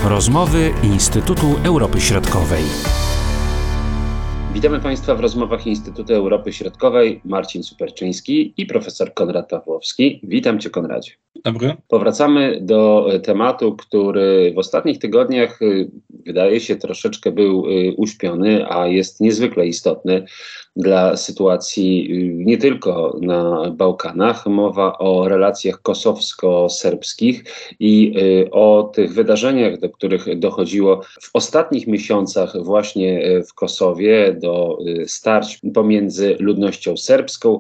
Rozmowy Instytutu Europy Środkowej. Witamy Państwa w rozmowach Instytutu Europy Środkowej. Marcin Superczyński i profesor Konrad Pawłowski. Witam Cię, Konradzie. Dobry. Powracamy do tematu, który w ostatnich tygodniach wydaje się troszeczkę był uśpiony, a jest niezwykle istotny dla sytuacji nie tylko na Bałkanach. Mowa o relacjach kosowsko-serbskich i o tych wydarzeniach, do których dochodziło w ostatnich miesiącach właśnie w Kosowie, do starć pomiędzy ludnością serbską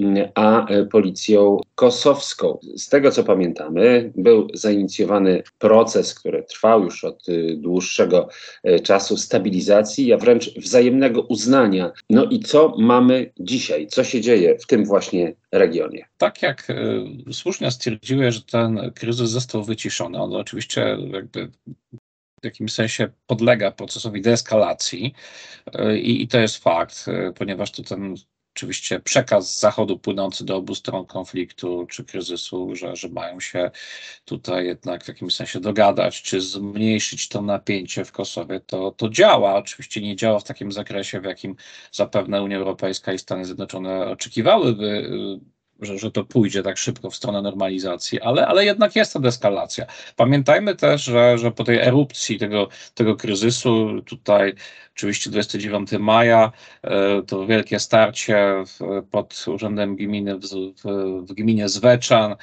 a policją kosowską. Z tego co pamiętamy, był zainicjowany proces, który trwał już od dłuższego czasu, stabilizacji, a wręcz wzajemnego uznania. No i co mamy dzisiaj? Co się dzieje w tym właśnie regionie? Tak jak słusznie stwierdziłeś, że ten kryzys został wyciszony. On oczywiście jakby w jakimś sensie podlega procesowi deeskalacji i to jest fakt, ponieważ to ten oczywiście przekaz z Zachodu płynący do obu stron konfliktu czy kryzysu, że mają się tutaj jednak w jakimś sensie dogadać, czy zmniejszyć to napięcie w Kosowie, to działa. Oczywiście nie działa w takim zakresie, w jakim zapewne Unia Europejska i Stany Zjednoczone oczekiwałyby, że to pójdzie tak szybko w stronę normalizacji, ale jednak jest to deeskalacja. Pamiętajmy też, że po tej erupcji tego kryzysu, tutaj oczywiście 29 maja, to wielkie starcie pod Urzędem Gminy w gminie Zweczan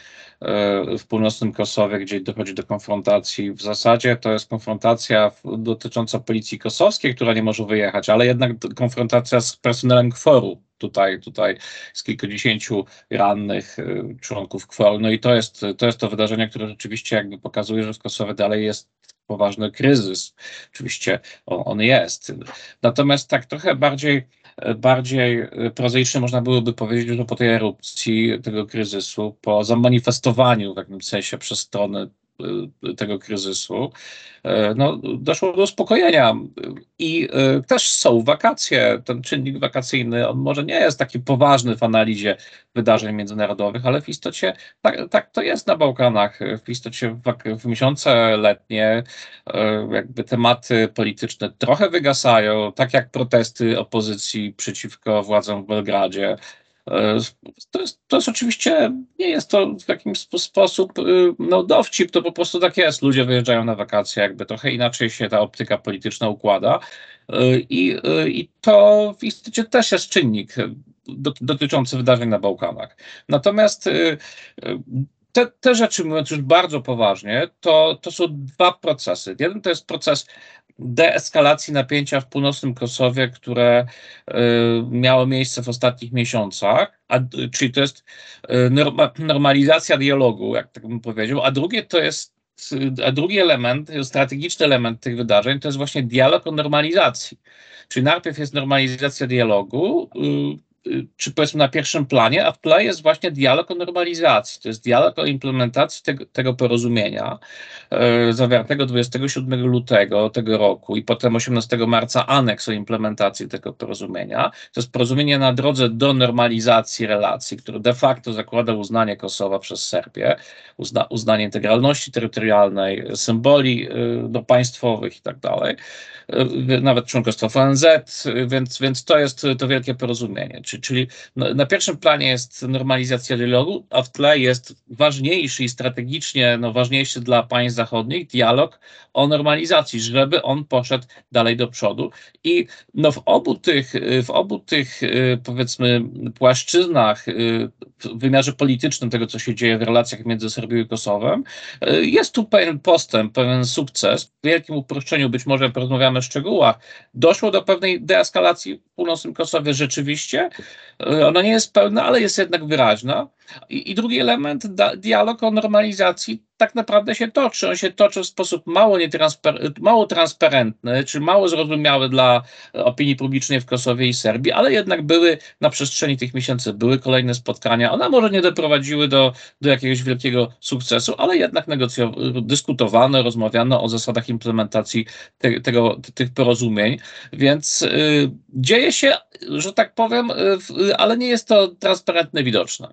w północnym Kosowie, gdzie dochodzi do konfrontacji. W zasadzie to jest konfrontacja dotycząca policji kosowskiej, która nie może wyjechać, ale jednak konfrontacja z personelem KFOR-u. Tutaj jest kilkudziesięciu rannych członków KFOR-u. No i to jest to wydarzenie, które rzeczywiście jakby pokazuje, że w Kosowie dalej jest poważny kryzys. Oczywiście on jest. Natomiast tak trochę bardziej prozaicznie można byłoby powiedzieć, że po tej erupcji tego kryzysu, po zamanifestowaniu w jakimś sensie przez stronę tego kryzysu, no, doszło do uspokojenia i też są wakacje. Ten czynnik wakacyjny, on może nie jest taki poważny w analizie wydarzeń międzynarodowych, ale w istocie tak to jest na Bałkanach. W istocie w miesiące letnie jakby tematy polityczne trochę wygasają, tak jak protesty opozycji przeciwko władzom w Belgradzie. To jest oczywiście, nie jest to w jakiś sposób dowcip, to po prostu tak jest. Ludzie wyjeżdżają na wakacje, jakby trochę inaczej się ta optyka polityczna układa i to w istocie też jest czynnik dotyczący wydarzeń na Bałkanach. Natomiast te rzeczy, mówiąc już bardzo poważnie, to są dwa procesy. Jeden to jest proces deeskalacji napięcia w północnym Kosowie, które miało miejsce w ostatnich miesiącach, czyli to jest normalizacja dialogu, jak tak bym powiedział, a drugi element, strategiczny element tych wydarzeń to jest właśnie dialog o normalizacji. Czyli najpierw jest normalizacja dialogu, czy powiedzmy na pierwszym planie, a w tle jest właśnie dialog o normalizacji. To jest dialog o implementacji tego porozumienia zawartego 27 lutego tego roku i potem 18 marca aneks o implementacji tego porozumienia. To jest porozumienie na drodze do normalizacji relacji, które de facto zakłada uznanie Kosowa przez Serbię, uznanie integralności terytorialnej, symboli państwowych i tak dalej, nawet członkostwo w ONZ, więc to jest to wielkie porozumienie. Czyli na pierwszym planie jest normalizacja dialogu, a w tle jest ważniejszy i strategicznie ważniejszy dla państw zachodnich dialog o normalizacji, żeby on poszedł dalej do przodu. I w obu tych powiedzmy płaszczyznach w wymiarze politycznym tego, co się dzieje w relacjach między Serbią i Kosowem, jest tu pewien postęp, pewien sukces. W wielkim uproszczeniu, być może porozmawiamy o szczegółach, doszło do pewnej deeskalacji w północnym Kosowie rzeczywiście. Ona nie jest pełna, ale jest jednak wyraźna. I drugi element, dialog o normalizacji tak naprawdę się toczy. On się toczy w sposób mało transparentny, czy mało zrozumiały dla opinii publicznej w Kosowie i Serbii, ale jednak na przestrzeni tych miesięcy były kolejne spotkania. One może nie doprowadziły do jakiegoś wielkiego sukcesu, ale jednak dyskutowano, rozmawiano o zasadach implementacji tych porozumień. Więc dzieje się, że tak powiem, ale nie jest to transparentne, widoczne. Były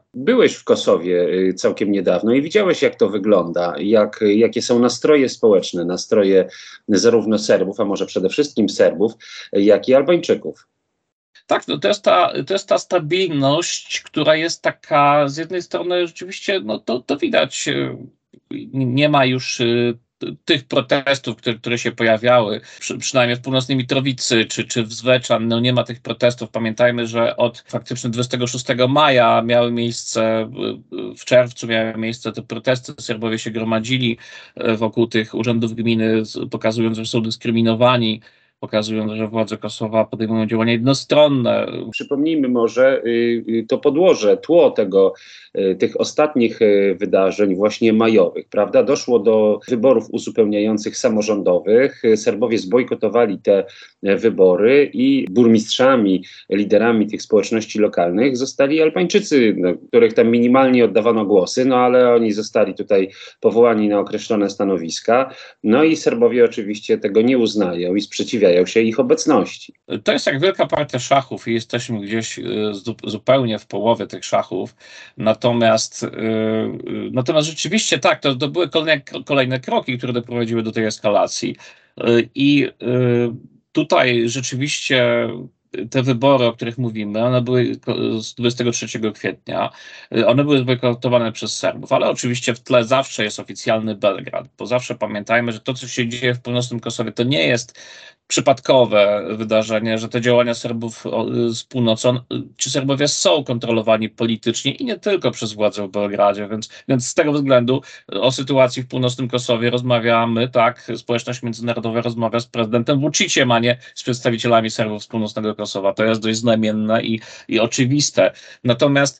Byłeś w Kosowie całkiem niedawno i widziałeś, jak to wygląda, jakie są nastroje społeczne, nastroje zarówno Serbów, a może przede wszystkim Serbów, jak i Albańczyków. Tak, no to jest ta stabilność, która jest taka, z jednej strony rzeczywiście, no to widać, nie ma już tych protestów, które się pojawiały, przynajmniej w północnej Mitrowicy czy w Zvečan, no nie ma tych protestów. Pamiętajmy, że od faktycznie 26 maja miały miejsce, w czerwcu miały miejsce te protesty, Serbowie się gromadzili wokół tych urzędów gminy, pokazując, że są dyskryminowani, pokazując, że władze Kosowa podejmują działania jednostronne. Przypomnijmy może to podłoże, tło tych ostatnich wydarzeń właśnie majowych, prawda? Doszło do wyborów uzupełniających samorządowych. Serbowie zbojkotowali te wybory i burmistrzami, liderami tych społeczności lokalnych zostali Albańczycy, których tam minimalnie oddawano głosy, no ale oni zostali tutaj powołani na określone stanowiska. No i Serbowie oczywiście tego nie uznają i sprzeciwiają się ich obecności. To jest jak wielka partia szachów i jesteśmy gdzieś zupełnie w połowie tych szachów. Natomiast rzeczywiście tak, to były kolejne kroki, które doprowadziły do tej eskalacji. I tutaj rzeczywiście te wybory, o których mówimy, one były z 23 kwietnia, one były zbojkotowane przez Serbów, ale oczywiście w tle zawsze jest oficjalny Belgrad, bo zawsze pamiętajmy, że to, co się dzieje w północnym Kosowie, to nie jest przypadkowe wydarzenie, że te działania Serbów z północy, ci Serbowie są kontrolowani politycznie i nie tylko przez władze w Belgradzie, więc z tego względu o sytuacji w północnym Kosowie rozmawiamy, tak, społeczność międzynarodowa rozmawia z prezydentem Vučićem, a nie z przedstawicielami Serbów z północnego Kosowa. To jest dość znamienne i oczywiste. Natomiast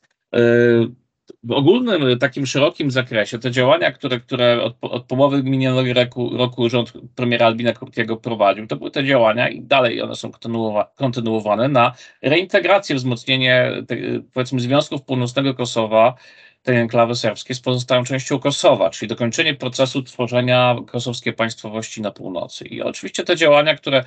w ogólnym, takim szerokim zakresie te działania, które od połowy minionego roku rząd premiera Albina Kurtiego prowadził, to były te działania i dalej one są kontynuowane na reintegrację, wzmocnienie powiedzmy związków północnego Kosowa, tej enklawy serbskiej z pozostałą częścią Kosowa, czyli dokończenie procesu tworzenia kosowskiej państwowości na północy. I oczywiście te działania, które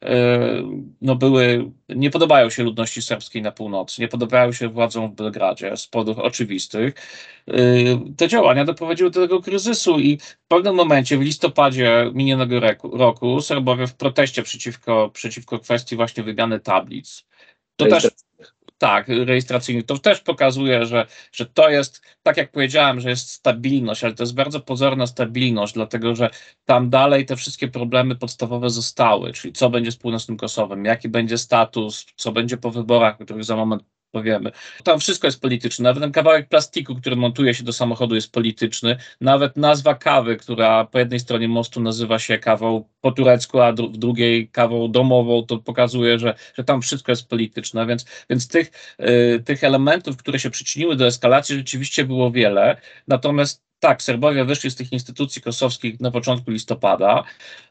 nie podobają się ludności serbskiej na północy, nie podobają się władzom w Belgradzie z powodów oczywistych, te działania doprowadziły do tego kryzysu i w pewnym momencie, w listopadzie minionego roku, Serbowie w proteście przeciwko kwestii właśnie wymiany tablic, to też tak, rejestracyjny. To też pokazuje, że to jest, tak jak powiedziałem, że jest stabilność, ale to jest bardzo pozorna stabilność, dlatego że tam dalej te wszystkie problemy podstawowe zostały, czyli co będzie z północnym Kosowem, jaki będzie status, co będzie po wyborach, o których za moment powiemy. Tam wszystko jest polityczne, nawet ten kawałek plastiku, który montuje się do samochodu, jest polityczny, nawet nazwa kawy, która po jednej stronie mostu nazywa się kawą po turecku, a w drugiej kawą domową, to pokazuje, że tam wszystko jest polityczne, więc tych elementów, które się przyczyniły do eskalacji, rzeczywiście było wiele, natomiast tak, Serbowie wyszli z tych instytucji kosowskich na początku listopada.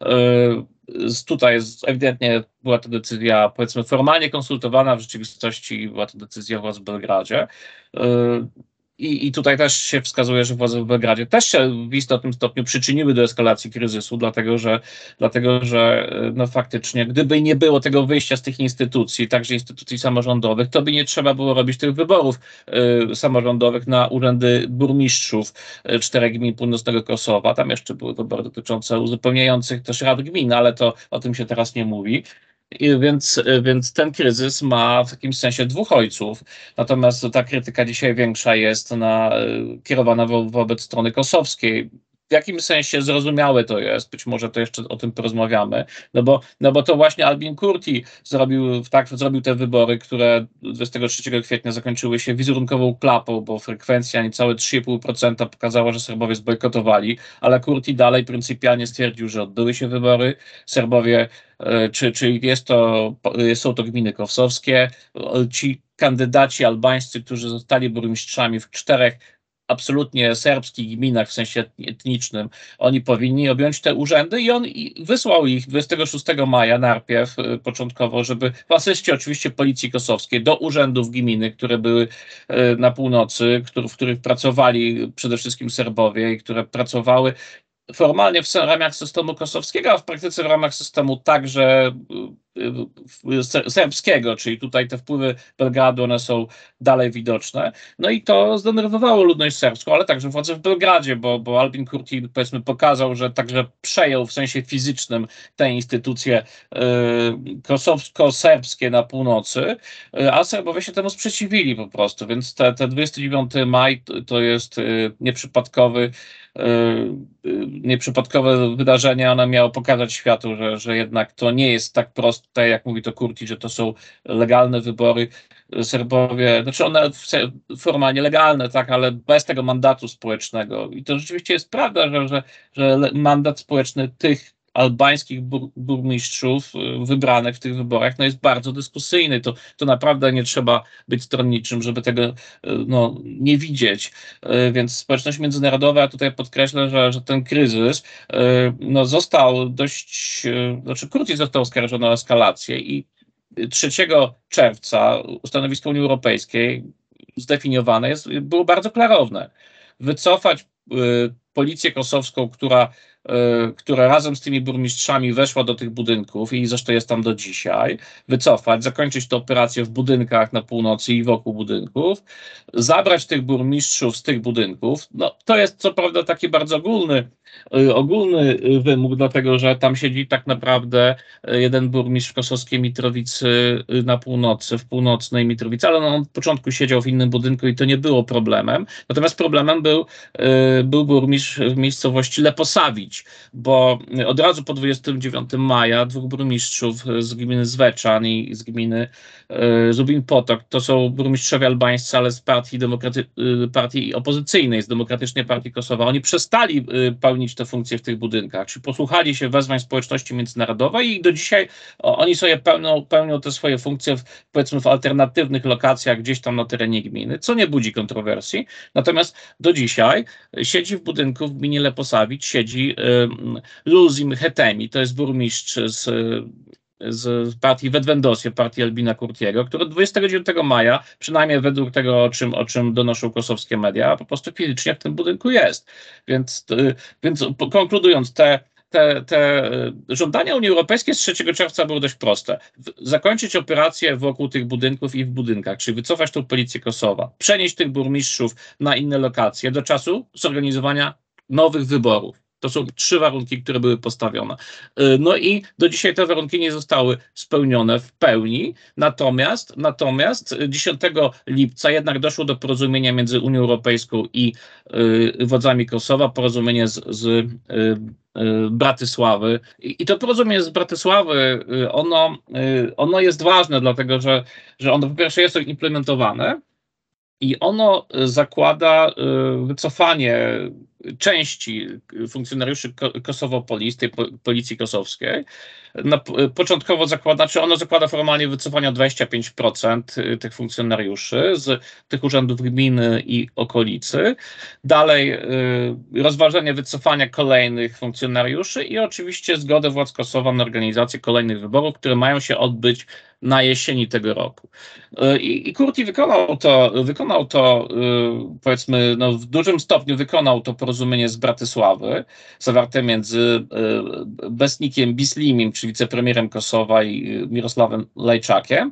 Tutaj ewidentnie była to decyzja, powiedzmy, formalnie konsultowana, w rzeczywistości była to decyzja władz w Belgradzie. I tutaj też się wskazuje, że władze w Belgradzie też się w istotnym stopniu przyczyniły do eskalacji kryzysu, dlatego że no faktycznie, gdyby nie było tego wyjścia z tych instytucji, także instytucji samorządowych, to by nie trzeba było robić tych wyborów samorządowych na urzędy burmistrzów 4 gmin północnego Kosowa. Tam jeszcze były wybory dotyczące uzupełniających też rad gmin, ale to o tym się teraz nie mówi. Więc ten kryzys ma w jakimś sensie dwóch ojców, natomiast ta krytyka dzisiaj większa jest kierowana wobec strony kosowskiej. W jakim sensie zrozumiałe to jest, być może to jeszcze o tym porozmawiamy, no bo to właśnie Albin Kurti zrobił te wybory, które 23 kwietnia zakończyły się wizerunkową klapą, bo frekwencja niecałe 3,5% pokazała, że Serbowie zbojkotowali, ale Kurti dalej pryncypialnie stwierdził, że odbyły się wybory, Serbowie, czy są to gminy kosowskie, ci kandydaci albańscy, którzy zostali burmistrzami w 4 absolutnie serbskich gminach w sensie etnicznym, oni powinni objąć te urzędy i on wysłał ich 26 maja najpierw początkowo, żeby w asyście oczywiście policji kosowskiej do urzędów gminy, które były na północy, w których pracowali przede wszystkim Serbowie i które pracowały formalnie w ramach systemu kosowskiego, a w praktyce w ramach systemu także serbskiego, czyli tutaj te wpływy Belgradu, one są dalej widoczne. No i to zdenerwowało ludność serbską, ale także władze w Belgradzie, bo Albin Kurti, powiedzmy, pokazał, że także przejął w sensie fizycznym te instytucje kosowsko-serbskie na północy, a Serbowie się temu sprzeciwili po prostu, więc te 29 maj to jest nieprzypadkowe wydarzenie. Ono miało pokazać światu, że jednak to nie jest tak proste, jak mówi to Kurti, że to są legalne wybory. Serbowie, znaczy one formalnie legalne, tak, ale bez tego mandatu społecznego. I to rzeczywiście jest prawda, że mandat społeczny tych albańskich burmistrzów wybranych w tych wyborach jest bardzo dyskusyjny. To naprawdę nie trzeba być stronniczym, żeby tego nie widzieć. Więc społeczność międzynarodowa, ja tutaj podkreślę, że ten kryzys został znaczy Kurti został oskarżony o eskalację i 3 czerwca stanowisko Unii Europejskiej zdefiniowane było bardzo klarowne. Wycofać policję kosowską, która razem z tymi burmistrzami weszła do tych budynków i zresztą jest tam do dzisiaj, wycofać, zakończyć tę operację w budynkach na północy i wokół budynków, zabrać tych burmistrzów z tych budynków. To jest co prawda taki bardzo ogólny wymóg, dlatego że tam siedzi tak naprawdę jeden burmistrz w kosowskiej Mitrowicy na północy, w północnej Mitrowicy, ale on od początku siedział w innym budynku i to nie było problemem. Natomiast problemem był burmistrz w miejscowości Leposavić, bo od razu po 29 maja 2 burmistrzów z gminy Zweczan i z gminy Zubin Potok, to są burmistrzowie albańscy, ale z partii opozycyjnej, z Demokratycznej Partii Kosowa, oni przestali pełnić te funkcje w tych budynkach, czyli posłuchali się wezwań społeczności międzynarodowej i do dzisiaj oni sobie pełnią te swoje funkcje powiedzmy w alternatywnych lokacjach gdzieś tam na terenie gminy, co nie budzi kontrowersji. Natomiast do dzisiaj siedzi w budynku w gminie Leposavić, siedzi Luzim Hetemi, to jest burmistrz z partii Vedvendosje, partii Albina Kurtiego, który 29 maja, przynajmniej według tego, o czym donoszą kosowskie media, po prostu fizycznie w tym budynku jest. Więc konkludując, te żądania Unii Europejskiej z 3 czerwca były dość proste. Zakończyć operację wokół tych budynków i w budynkach, czyli wycofać tą policję Kosowa, przenieść tych burmistrzów na inne lokacje do czasu zorganizowania nowych wyborów. To są 3 warunki, które były postawione. No i do dzisiaj te warunki nie zostały spełnione w pełni. Natomiast 10 lipca jednak doszło do porozumienia między Unią Europejską i władzami Kosowa, porozumienie z Bratysławy. I to porozumienie z Bratysławy, ono jest ważne, dlatego że ono po pierwsze jest implementowane i ono zakłada wycofanie części funkcjonariuszy Kosowo-Police, tej policji kosowskiej. Początkowo ono zakłada formalnie wycofanie o 25% tych funkcjonariuszy z tych urzędów gminy i okolicy. Dalej rozważenie wycofania kolejnych funkcjonariuszy i oczywiście zgodę władz Kosowa na organizację kolejnych wyborów, które mają się odbyć na jesieni tego roku. I Kurti wykonał to powiedzmy, w dużym stopniu wykonał to porozumienie z Bratysławy, zawarte między Besnikiem Bislimim, czyli wicepremierem Kosowa, i Mirosławem Lajczakiem.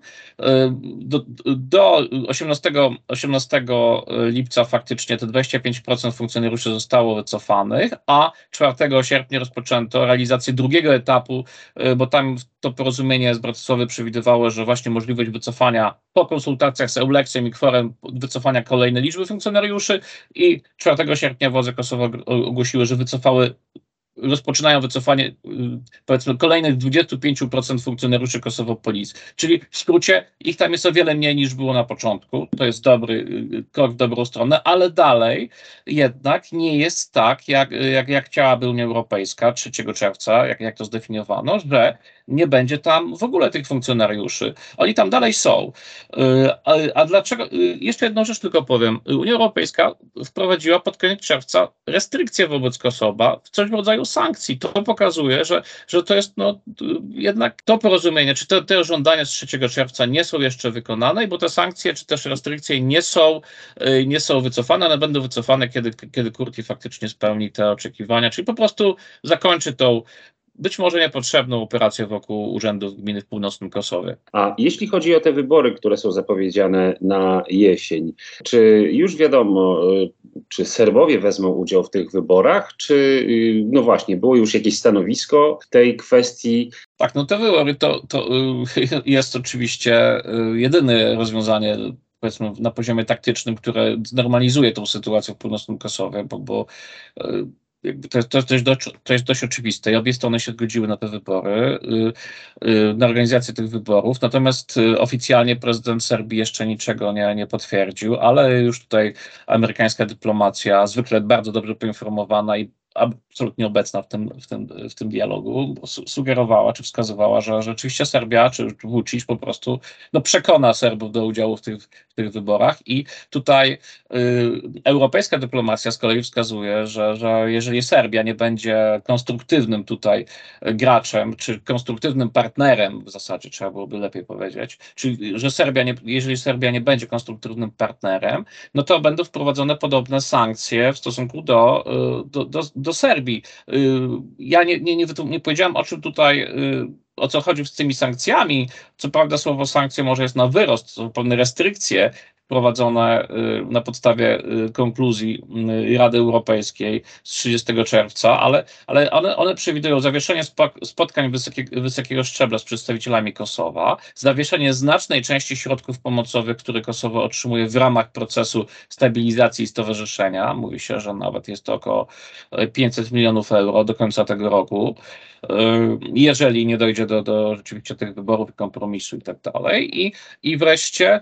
Do 18 lipca faktycznie te 25% funkcjonariuszy zostało wycofanych, a 4 sierpnia rozpoczęto realizację drugiego etapu, bo tam to porozumienie z Bratysławy przewidywało, że właśnie możliwość wycofania po konsultacjach z Euleksem i Kworem, wycofania kolejnej liczby funkcjonariuszy, i 4 sierpnia władze Kosowa ogłosiły, że rozpoczynają wycofanie powiedzmy kolejnych 25% funkcjonariuszy Kosovo Police. Czyli w skrócie ich tam jest o wiele mniej niż było na początku. To jest dobry krok w dobrą stronę, ale dalej jednak nie jest tak, jak chciałaby Unia Europejska 3 czerwca, jak to zdefiniowano, że nie będzie tam w ogóle tych funkcjonariuszy. Oni tam dalej są. A dlaczego? Jeszcze jedną rzecz tylko powiem. Unia Europejska wprowadziła pod koniec czerwca restrykcje wobec Kosowa, coś w rodzaju sankcji. To pokazuje, że to jest jednak to porozumienie, czy te żądania z 3 czerwca nie są jeszcze wykonane, bo te sankcje, czy też restrykcje nie są wycofane, one będą wycofane, kiedy Kurti faktycznie spełni te oczekiwania, czyli po prostu zakończy tą być może niepotrzebną operację wokół urzędów gminy w północnym Kosowie. A jeśli chodzi o te wybory, które są zapowiedziane na jesień, czy już wiadomo, czy Serbowie wezmą udział w tych wyborach, czy no właśnie, było już jakieś stanowisko w tej kwestii? Tak, no te wybory to jest oczywiście jedyne rozwiązanie, powiedzmy, na poziomie taktycznym, które znormalizuje tą sytuację w północnym Kosowie, bo jakby to jest dość oczywiste i obie strony się zgodziły na te wybory, na organizację tych wyborów, natomiast oficjalnie prezydent Serbii jeszcze niczego nie potwierdził, ale już tutaj amerykańska dyplomacja, zwykle bardzo dobrze poinformowana i absolutnie obecna w tym dialogu, sugerowała czy wskazywała, że rzeczywiście Serbia czy Vučić po prostu przekona Serbów do udziału w tych wyborach i tutaj europejska dyplomacja z kolei wskazuje, że jeżeli Serbia nie będzie konstruktywnym tutaj graczem, czy konstruktywnym partnerem w zasadzie, trzeba byłoby lepiej powiedzieć, czyli że jeżeli Serbia nie będzie konstruktywnym partnerem, no to będą wprowadzone podobne sankcje w stosunku do Serbii. Ja nie powiedziałem, o co chodzi z tymi sankcjami. Co prawda słowo sankcje może jest na wyrost, są pewne restrykcje wprowadzone na podstawie konkluzji Rady Europejskiej z 30 czerwca, ale one przewidują zawieszenie spotkań wysokiego szczebla z przedstawicielami Kosowa, zawieszenie znacznej części środków pomocowych, które Kosowo otrzymuje w ramach procesu stabilizacji i stowarzyszenia. Mówi się, że nawet jest to około 500 milionów euro do końca tego roku, jeżeli nie dojdzie do rzeczywiście tych wyborów i kompromisu i tak dalej. I wreszcie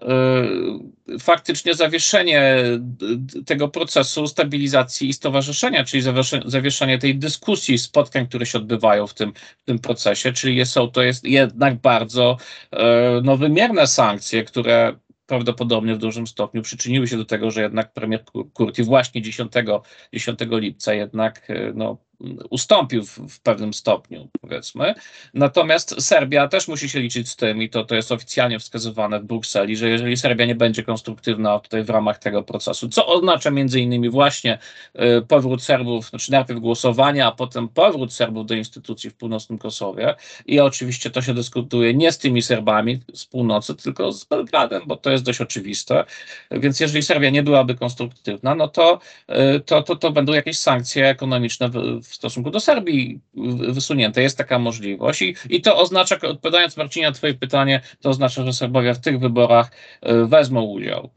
faktycznie zawieszenie tego procesu stabilizacji i stowarzyszenia, czyli zawieszenie tej dyskusji, spotkań, które się odbywają w tym procesie, czyli to jest jednak bardzo wymierne sankcje, które prawdopodobnie w dużym stopniu przyczyniły się do tego, że jednak premier Kurti właśnie 10 lipca jednak ustąpił w pewnym stopniu, powiedzmy. Natomiast Serbia też musi się liczyć z tym i to jest oficjalnie wskazywane w Brukseli, że jeżeli Serbia nie będzie konstruktywna tutaj w ramach tego procesu, co oznacza między innymi właśnie powrót Serbów, znaczy najpierw głosowania, a potem powrót Serbów do instytucji w północnym Kosowie i oczywiście to się dyskutuje nie z tymi Serbami z północy, tylko z Belgradem, bo to jest dość oczywiste. Więc jeżeli Serbia nie byłaby konstruktywna, no to będą jakieś sankcje ekonomiczne w stosunku do Serbii wysunięte. Jest taka możliwość i to oznacza, odpowiadając Marcinie na twoje pytanie, to oznacza, że Serbowie w tych wyborach wezmą udział.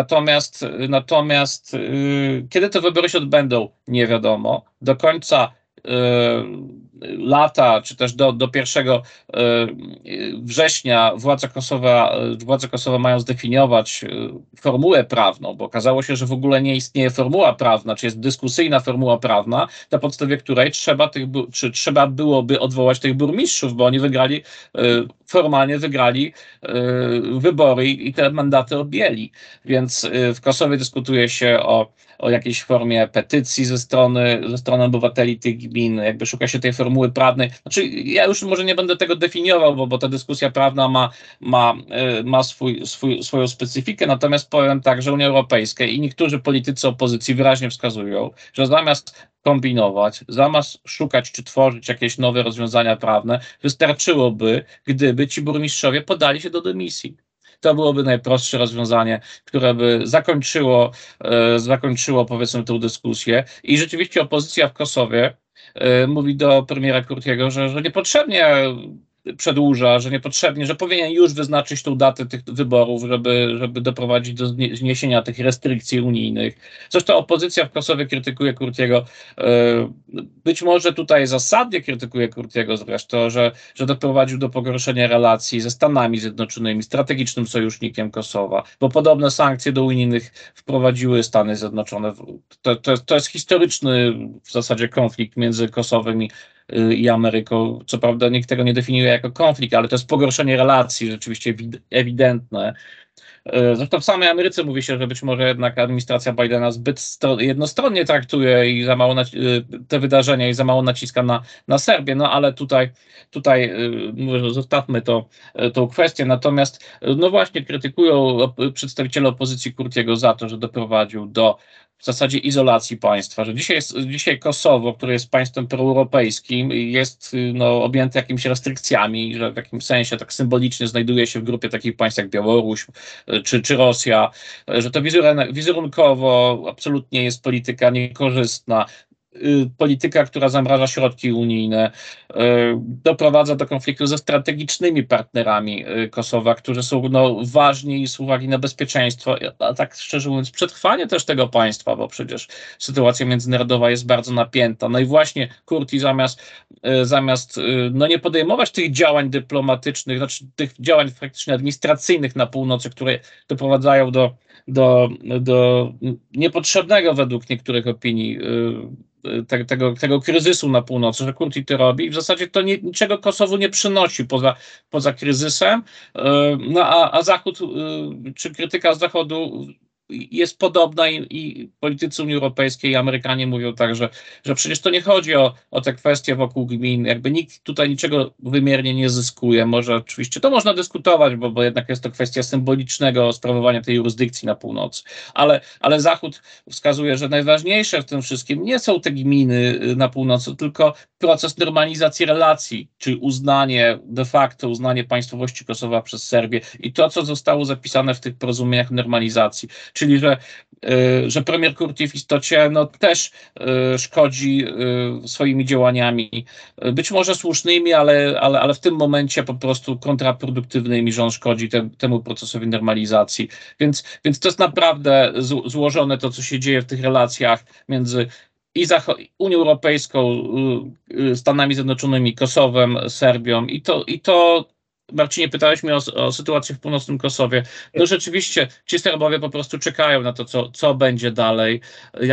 Natomiast kiedy te wybory się odbędą, nie wiadomo. Do końca lata, czy też do 1 września władze Kosowa mają zdefiniować formułę prawną, bo okazało się, że w ogóle nie istnieje formuła prawna, czy jest dyskusyjna formuła prawna, na podstawie której trzeba byłoby odwołać tych burmistrzów, bo oni formalnie wygrali wybory i te mandaty objęli. Więc w Kosowie dyskutuje się o jakiejś formie petycji ze strony obywateli tych gmin, jakby szuka się tej formuły prawnej. Znaczy, ja już może nie będę tego definiował, bo ta dyskusja prawna ma swoją specyfikę, natomiast powiem tak, że Unia Europejska i niektórzy politycy opozycji wyraźnie wskazują, że zamiast kombinować, zamiast szukać czy tworzyć jakieś nowe rozwiązania prawne, wystarczyłoby, gdyby ci burmistrzowie podali się do dymisji. To byłoby najprostsze rozwiązanie, które by zakończyło powiedzmy tę dyskusję i rzeczywiście opozycja w Kosowie mówi do premiera Kurtiego, że niepotrzebnie przedłuża, że powinien już wyznaczyć tą datę tych wyborów, żeby doprowadzić do zniesienia tych restrykcji unijnych. Zresztą opozycja w Kosowie krytykuje Kurtiego, być może tutaj zasadnie krytykuje Kurtiego zresztą, że doprowadził do pogorszenia relacji ze Stanami Zjednoczonymi, strategicznym sojusznikiem Kosowa, bo podobne sankcje do unijnych wprowadziły Stany Zjednoczone. To jest historyczny w zasadzie konflikt między Kosowem i Ameryką. Co prawda nikt tego nie definiuje jako konflikt, ale to jest pogorszenie relacji rzeczywiście ewidentne. Zresztą w samej Ameryce mówi się, że być może jednak administracja Bidena zbyt jednostronnie traktuje i za mało te wydarzenia i za mało naciska na Serbię, no ale tutaj zostawmy tą kwestię. Natomiast no właśnie krytykują przedstawiciele opozycji Kurtiego za to, że doprowadził do w zasadzie izolacji państwa, że dzisiaj Kosowo, które jest państwem proeuropejskim, jest objęte jakimiś restrykcjami, że w jakimś sensie tak symbolicznie znajduje się w grupie takich państw jak Białoruś czy Rosja, że to wizerunkowo absolutnie jest polityka niekorzystna. Polityka, która zamraża środki unijne, doprowadza do konfliktu ze strategicznymi partnerami Kosowa, którzy są ważni z uwagi na bezpieczeństwo, a tak szczerze mówiąc przetrwanie też tego państwa, bo przecież sytuacja międzynarodowa jest bardzo napięta. No i właśnie Kurti zamiast nie podejmować tych działań dyplomatycznych, znaczy tych działań faktycznie administracyjnych na północy, które doprowadzają do niepotrzebnego według niektórych opinii tego kryzysu na północy, że Kurti to robi i w zasadzie to niczego Kosowu nie przynosi poza kryzysem, a Zachód, czy krytyka Zachodu jest podobna i politycy Unii Europejskiej i Amerykanie mówią tak, że przecież to nie chodzi o te kwestie wokół gmin, jakby nikt tutaj niczego wymiernie nie zyskuje. Może oczywiście to można dyskutować, bo jednak jest to kwestia symbolicznego sprawowania tej jurysdykcji na północy, ale Zachód wskazuje, że najważniejsze w tym wszystkim nie są te gminy na północy, tylko proces normalizacji relacji, czy de facto uznanie państwowości Kosowa przez Serbię i to, co zostało zapisane w tych porozumieniach normalizacji. Czyli, że premier Kurti w istocie też szkodzi swoimi działaniami, być może słusznymi, ale w tym momencie po prostu kontraproduktywnymi, że on szkodzi temu procesowi normalizacji. Więc to jest naprawdę złożone to, co się dzieje w tych relacjach między Unią Europejską, Stanami Zjednoczonymi, Kosowem, Serbią i to Marcinie, pytałeś mnie o sytuację w północnym Kosowie. No rzeczywiście ci Serbowie po prostu czekają na to, co będzie dalej,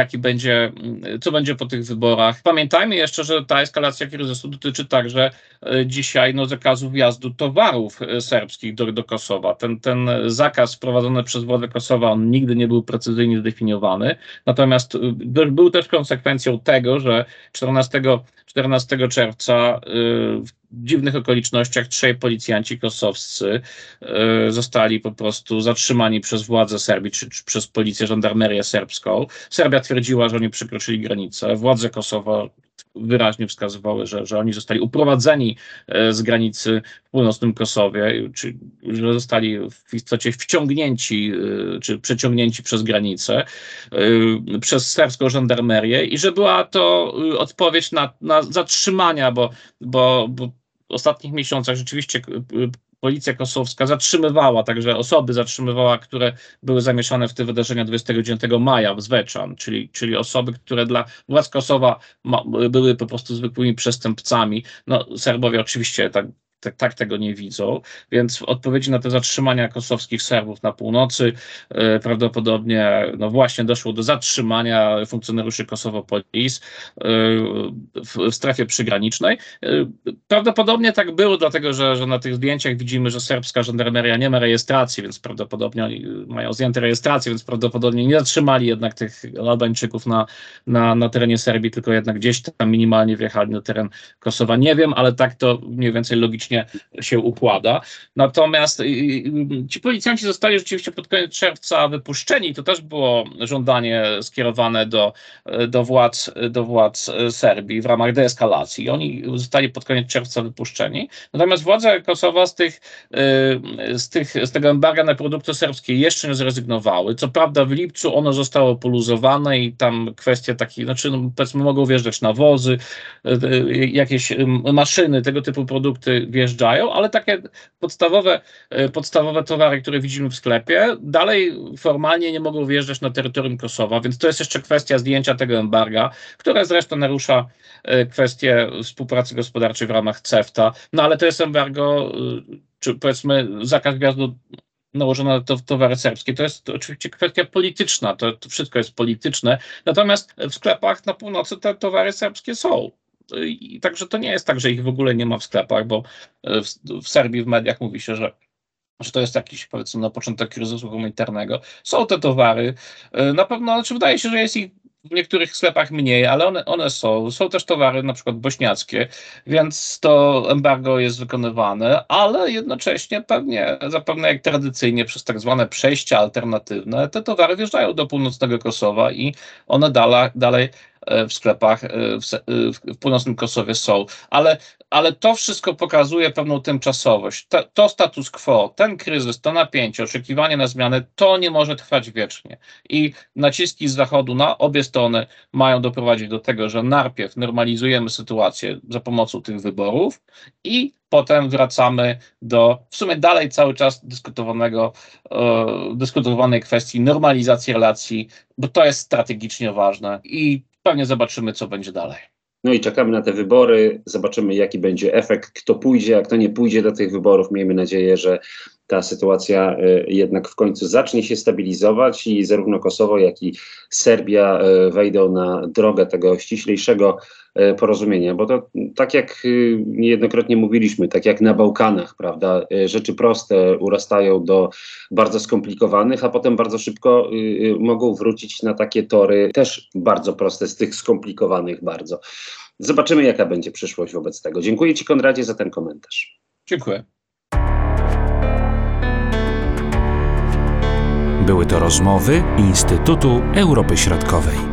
co będzie po tych wyborach. Pamiętajmy jeszcze, że ta eskalacja kryzysu dotyczy także dzisiaj zakazu wjazdu towarów serbskich do Kosowa. Ten zakaz wprowadzony przez władze Kosowa, on nigdy nie był precyzyjnie zdefiniowany, natomiast był też konsekwencją tego, że 14 czerwca w dziwnych okolicznościach 3 policjanci kosowscy zostali po prostu zatrzymani przez władze Serbii, czy przez policję, żandarmerię serbską. Serbia twierdziła, że oni przekroczyli granicę. Władze Kosowa wyraźnie wskazywały, że oni zostali uprowadzeni z granicy w północnym Kosowie, czy że zostali w istocie wciągnięci, czy przeciągnięci przez granicę, przez serbską żandarmerię i że była to odpowiedź na zatrzymania, bo w ostatnich miesiącach rzeczywiście policja kosowska także osoby zatrzymywała, które były zamieszane w te wydarzenia 29 maja w Zvečan, czyli osoby, które dla władz Kosowa były po prostu zwykłymi przestępcami. Serbowie oczywiście tak tego nie widzą, więc w odpowiedzi na te zatrzymania kosowskich Serbów na północy prawdopodobnie właśnie doszło do zatrzymania funkcjonariuszy Kosovo Police w strefie przygranicznej. Prawdopodobnie tak było, dlatego że na tych zdjęciach widzimy, że serbska żandarmeria nie ma rejestracji, więc prawdopodobnie oni mają zdjęte rejestracje, więc prawdopodobnie nie zatrzymali jednak tych Albańczyków na terenie Serbii, tylko jednak gdzieś tam minimalnie wjechali na teren Kosowa. Nie wiem, ale tak to mniej więcej logicznie się układa. Natomiast ci policjanci zostali rzeczywiście pod koniec czerwca wypuszczeni. To też było żądanie skierowane do władz Serbii w ramach deeskalacji. Oni zostali pod koniec czerwca wypuszczeni. Natomiast władze Kosowa z tego embarga na produkty serbskie jeszcze nie zrezygnowały. Co prawda w lipcu ono zostało poluzowane i tam kwestie takie, powiedzmy mogą wjeżdżać nawozy, jakieś maszyny, tego typu produkty wjeżdżają, ale takie podstawowe towary, które widzimy w sklepie, dalej formalnie nie mogą wjeżdżać na terytorium Kosowa, więc to jest jeszcze kwestia zdjęcia tego embarga, które zresztą narusza kwestię współpracy gospodarczej w ramach CEFTA, ale to jest embargo, czy powiedzmy zakaz wjazdu nałożone na towary serbskie. To jest oczywiście kwestia polityczna, to wszystko jest polityczne, natomiast w sklepach na północy te towary serbskie są. I także to nie jest tak, że ich w ogóle nie ma w sklepach, bo w Serbii w mediach mówi się, że to jest jakiś, powiedzmy, na początek kryzysu humanitarnego. Są te towary. Na pewno, wydaje się, że jest ich w niektórych sklepach mniej, ale one są. Są też towary na przykład bośniackie, więc to embargo jest wykonywane, ale jednocześnie zapewne jak tradycyjnie przez tak zwane przejścia alternatywne, te towary wjeżdżają do północnego Kosowa i one dalej w sklepach w północnym Kosowie są. Ale to wszystko pokazuje pewną tymczasowość. To status quo, ten kryzys, to napięcie, oczekiwanie na zmiany, to nie może trwać wiecznie. I naciski z Zachodu na obie strony mają doprowadzić do tego, że najpierw normalizujemy sytuację za pomocą tych wyborów i potem wracamy do w sumie dalej cały czas dyskutowanej kwestii normalizacji relacji, bo to jest strategicznie ważne i pewnie zobaczymy, co będzie dalej. No i czekamy na te wybory, zobaczymy jaki będzie efekt, kto pójdzie, a kto nie pójdzie do tych wyborów. Miejmy nadzieję, że ta sytuacja jednak w końcu zacznie się stabilizować i zarówno Kosowo, jak i Serbia wejdą na drogę tego ściślejszego porozumienia, bo to tak jak niejednokrotnie mówiliśmy, tak jak na Bałkanach, prawda, rzeczy proste urastają do bardzo skomplikowanych, a potem bardzo szybko mogą wrócić na takie tory też bardzo proste z tych skomplikowanych bardzo. Zobaczymy, jaka będzie przyszłość wobec tego. Dziękuję Ci, Konradzie, za ten komentarz. Dziękuję. Były to rozmowy Instytutu Europy Środkowej.